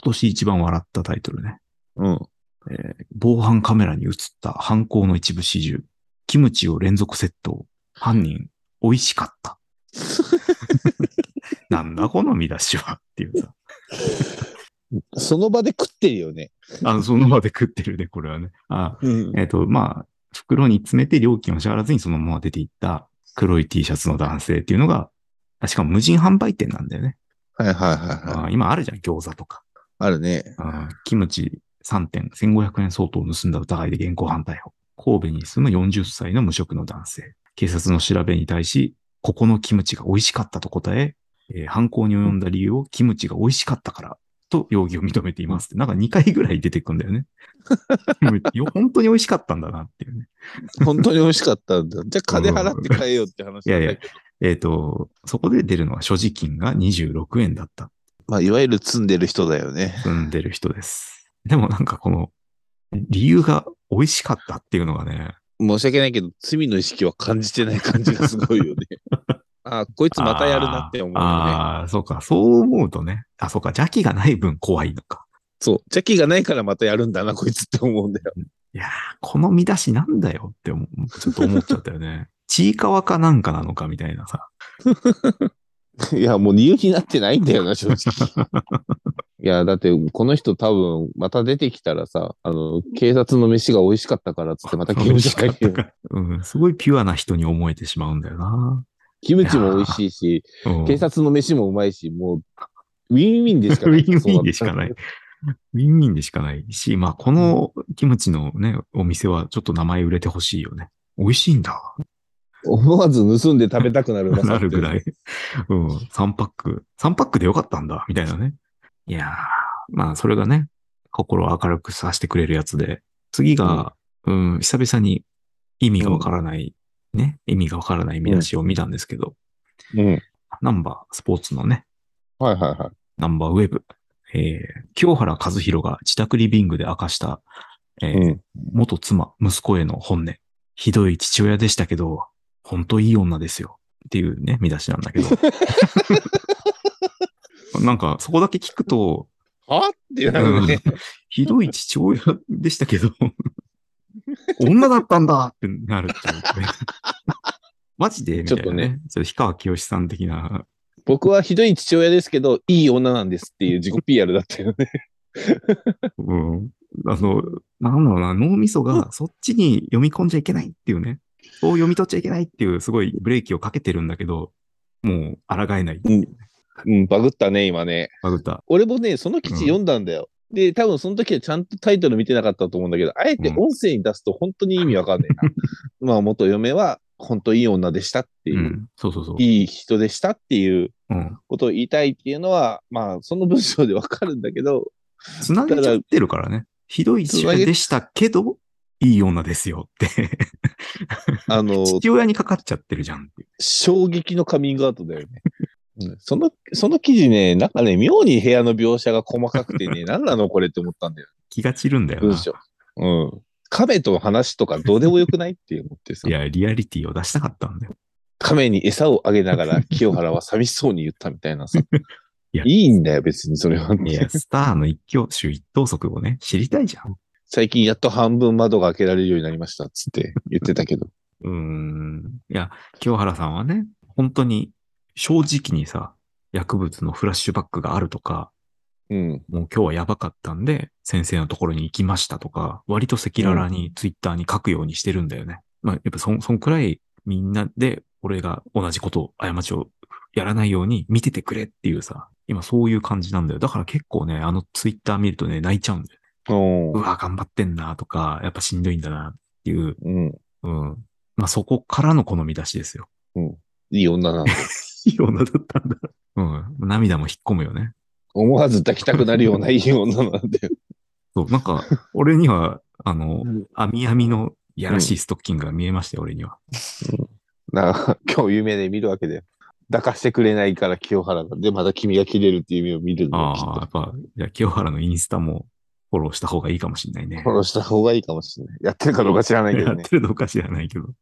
年一番笑ったタイトルね。 うん。 防犯カメラに映った犯行の一部始終。キムチを連続窃盗。犯人、美味しかった。なんだこの見出しはっていうさ。 その場で食ってるよね。 その場で食ってるね、これはね。 うん。 まあ、袋に詰めて料金を支払わずにそのまま出ていった黒い T シャツの男性っていうのが、しかも無人販売店なんだよね。 はいはいはいはい。 今あるじゃん、餃子とか。 あるね。 キムチ3点、1500円相当を盗んだ疑いで現行犯逮捕。神戸に住む40歳の無職の男性。警察の調べに対し、ここのキムチが美味しかったと答え、犯行に及んだ理由をキムチが美味しかったからと容疑を認めていますって。なんか2回ぐらい出てくんだよね。本当に美味しかったんだなっていうね。 本当に美味しかったんだ。じゃあ金払って買えよって話いやいや、 なんだけど。 そこで出るのは所持金が26円だった。 まあ、いわゆる積んでる人だよね。 住んでる人です。でもなんかこの理由が美味しかったっていうのがね、 申し訳ないけど、罪の意識は感じてない感じがすごいよね。あ、こいつまたやるなって思うよね。 そうか、そう思うとね、そうか、邪気がない分怖いのか。 そう。邪気がないからまたやるんだな、こいつって思うんだよ。 いやー、この見出しなんだよってちょっと思っちゃったよね。ちいかわかなんかなのかみたいなさ。 いや、もう理由になってないんだよな、正直。いや、だって、この人多分、また出てきたらさ、警察の飯が美味しかったからっつって、また刑務所入るよ。 うん、すごいピュアな人に思えてしまうんだよな。 キムチも美味しいし、警察の飯もうまいし、もう、ウィンウィンでしかない。 ウィンウィンでしかない。ウィンウィンでしかないし、まあ、このキムチのね、お店はちょっと名前売れてほしいよね。美味しいんだ。 思わず盗んで食べたくなるうまさなっていうね。 るぐらい。うん、3パックでよかったんだ、みたいなね。いやー、まあ、それがね、心を明るくさせてくれるやつで、次が、久々に意味がわからない、ね、意味がわからない見出しを見たんですけど、 うん。 ナンバースポーツのね、 はいはいはい。 ナンバーウェブ、清原和博が自宅リビングで明かした、元妻、息子への本音。ひどい父親でしたけど、本当いい女ですよ。っていうね、見出しなんだけど。なんか、そこだけ聞くと、 はってなるね。 ひどい父親でしたけど、女だったんだってなるっていうね。マジでみたいなね。 ちょっとね、 それ氷川きよしさん的な。 僕はひどい父親ですけど、いい女なんですっていう自己 PR だったよね。 うん。なんだろうな、脳みそがそっちに読み込んじゃいけないっていうね。そう読み取っちゃいけないっていうすごいブレーキをかけてるんだけど、もう抗えない。 うん。うん、バグったね、今ね。 バグった。 俺もね、その記事読んだんだよ。で、多分その時はちゃんとタイトル見てなかったと思うんだけど、あえて音声に出すと本当に意味わかんないな。まあ、元嫁は本当いい女でしたっていう、 そうそうそう。 いい人でしたっていううん。 ことを言いたいっていうのは、まあ、その文章でわかるんだけど、 つなげただ、 ちゃってるからね。ひどい父親でしたけど、いい女ですよって父親にかかっちゃってるじゃんっていう。 衝撃のカミングアウトだよね。その記事ね、なんかね、妙に部屋の描写が細かくてね、何なのこれって思ったんだよ。 気が散るんだよな。 文章。うん。亀と話とかどうでもよくないって思ってさ。 いや、リアリティを出したかったんだよ。 亀に餌をあげながら清原は寂しそうに言ったみたいなさ。 いや、 いいんだよ、別にそれは、ね。 いや、スターの一挙手一投足をね、知りたいじゃん。 最近やっと半分窓が開けられるようになりました、つって言ってたけど。 いや、清原さんはね、本当に正直にさ、薬物のフラッシュバックがあるとか、 うん。 もう今日はやばかったんで、先生のところに行きましたとか、割と赤裸々にツイッターに書くようにしてるんだよね。まあ、やっぱそんくらいみんなで、俺が同じことを、過ちをやらないように見ててくれっていうさ、今そういう感じなんだよ。だから結構ね、ツイッター見るとね、泣いちゃうんだよ。うわ、頑張ってんなとか、やっぱしんどいんだなっていう、 うん。 うん。まあそこからのこの見出しですよ。 うん。いい女なんだ。 いい女だったんだ。うん。涙も引っ込むよね。 思わず抱きたくなるようないい女なんだよ。 そう、なんか、俺には、 うん。 網網のやうん。 らしいストッキングが見えましたよ、俺には。 なんか、今日夢で見るわけだよ。抱かしてくれないから清原が。で、また君が切れるっていう夢を見るんだよ、きっああ、 と。 やっぱ、じゃあ清原のインスタもフォローした方がいいかもしれないね。 フォローした方がいいかもしれない。やってるかどうか知らないけどね。 やってるのか知らないけど。